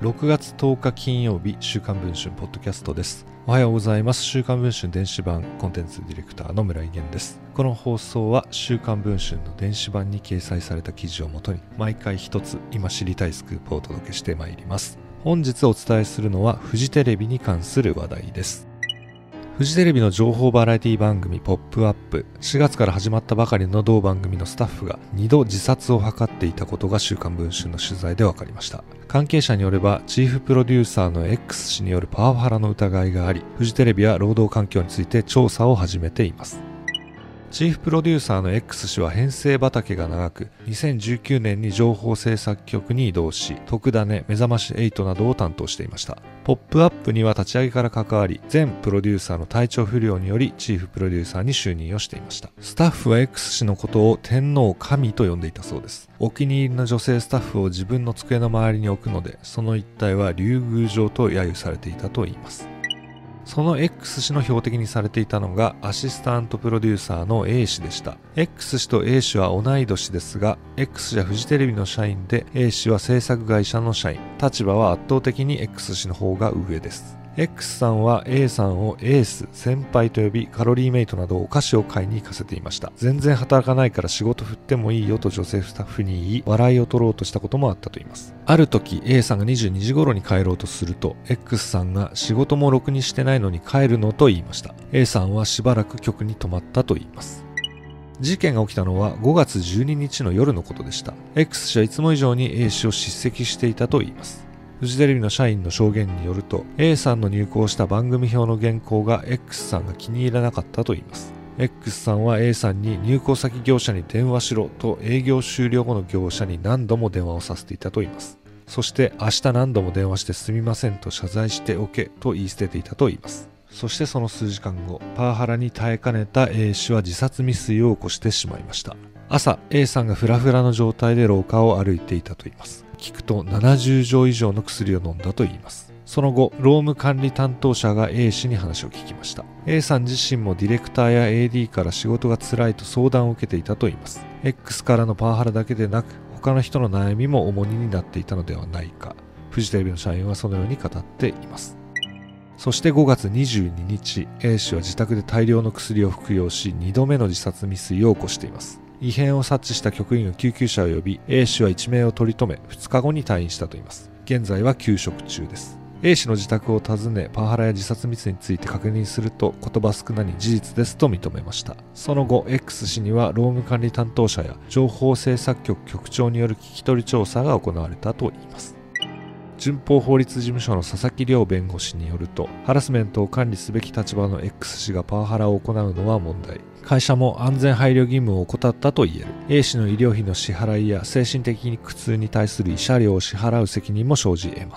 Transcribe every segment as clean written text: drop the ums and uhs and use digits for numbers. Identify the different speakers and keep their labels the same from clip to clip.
Speaker 1: 6月10日金曜日、週刊文春ポッドキャストです。おはようございます。週刊文春電子版コンテンツディレクターの村井源です。この放送は週刊文春の電子版に掲載された記事をもとに毎回一つ今知りたいスクープをお届けしてまいります。本日お伝えするのはフジテレビに関する話題です。フジテレビの情報バラエティ番組ポップアップ、4月から始まったばかりの同番組のスタッフが2度自殺を図っていたことが週刊文春の取材で分かりました。関係者によればチーフプロデューサーの X 氏によるパワハラの疑いがあり、フジテレビは労働環境について調査を始めています。チーフプロデューサーの X 氏は編成畑が長く、2019年に情報制作局に移動し、特ダネ、目覚まし8などを担当していました。ポップアップには立ち上げから関わり、前プロデューサーの体調不良によりチーフプロデューサーに就任をしていました。スタッフは X 氏のことを天皇神と呼んでいたそうです。お気に入りの女性スタッフを自分の机の周りに置くので、その一帯は竜宮城と揶揄されていたといいます。その X 氏の標的にされていたのがアシスタントプロデューサーの A 氏でした。X 氏と A 氏は同い年ですが、X 氏はフジテレビの社員で A 氏は制作会社の社員。立場は圧倒的に X 氏の方が上です。X さんは A さんをエース、先輩と呼び、カロリーメイトなどお菓子を買いに行かせていました。全然働かないから仕事振ってもいいよと女性スタッフに言い、笑いを取ろうとしたこともあったといいます。ある時 A さんが22時頃に帰ろうとすると、X さんが仕事もろくにしてないのに帰るのと言いました。A さんはしばらく局に泊まったと言います。事件が起きたのは5月12日の夜のことでした。X 氏はいつも以上に A 氏を叱責していたと言います。フジテレビの社員の証言によると A さんの入稿した番組表の原稿が X さんが気に入らなかったといいます。X さんは A さんに入稿先業者に電話しろと営業終了後の業者に何度も電話をさせていたといいます。そして明日何度も電話してすみませんと謝罪しておけと言い捨てていたといいます。そしてその数時間後、パワハラに耐えかねた A 氏は自殺未遂を起こしてしまいました。朝 A さんがフラフラの状態で廊下を歩いていたといいます。聞くと70錠以上の薬を飲んだと言います。その後、労務管理担当者が A 氏に話を聞きました。A さん自身もディレクターや AD から仕事が辛いと相談を受けていたと言います。X からのパワハラだけでなく、他の人の悩みも重荷になっていたのではないか。フジテレビの社員はそのように語っています。そして5月22日、A 氏は自宅で大量の薬を服用し、2度目の自殺未遂を起こしています。異変を察知した局員が救急車を呼び、A 氏は一命を取り留め、2日後に退院したといいます。現在は休職中です。A 氏の自宅を訪ね、パワハラや自殺未遂について確認すると、言葉少なに事実ですと認めました。その後、X 氏には労務管理担当者や情報制作局局長による聞き取り調査が行われたといいます。順法法律事務所の佐々木亮弁護士によると、ハラスメントを管理すべき立場の X 氏がパワハラを行うのは問題。会社も安全配慮義務を怠ったと言える。A 氏の医療費の支払いや精神的に苦痛に対する慰謝料を支払う責任も生じ得ます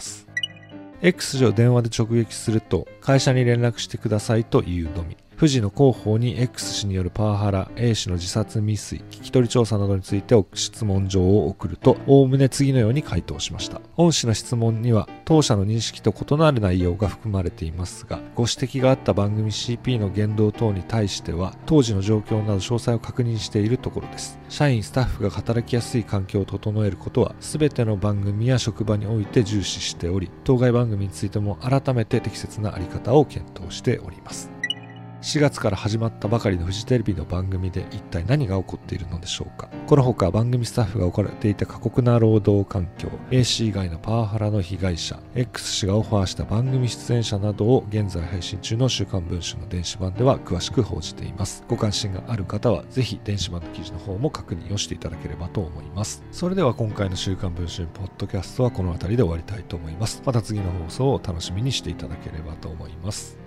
Speaker 1: 。X 氏を電話で直撃すると、会社に連絡してくださいと言うのみ。富士の広報に X 氏によるパワハラ、A 氏の自殺未遂、聞き取り調査などについて質問状を送ると、おおむね次のように回答しました。本氏の質問には、当社の認識と異なる内容が含まれていますが、ご指摘があった番組 CP の言動等に対しては、当時の状況など詳細を確認しているところです。社員、スタッフが働きやすい環境を整えることは、すべての番組や職場において重視しており、当該番組についても改めて適切なあり方を検討しております。4月から始まったばかりのフジテレビの番組で一体何が起こっているのでしょうか。このほか番組スタッフが置かれていた過酷な労働環境、AC 以外のパワハラの被害者、X 氏がオファーした番組出演者などを現在配信中の週刊文春の電子版では詳しく報じています。ご関心がある方はぜひ電子版の記事の方も確認をしていただければと思います。それでは今回の週刊文春ポッドキャストはこの辺りで終わりたいと思います。また次の放送を楽しみにしていただければと思います。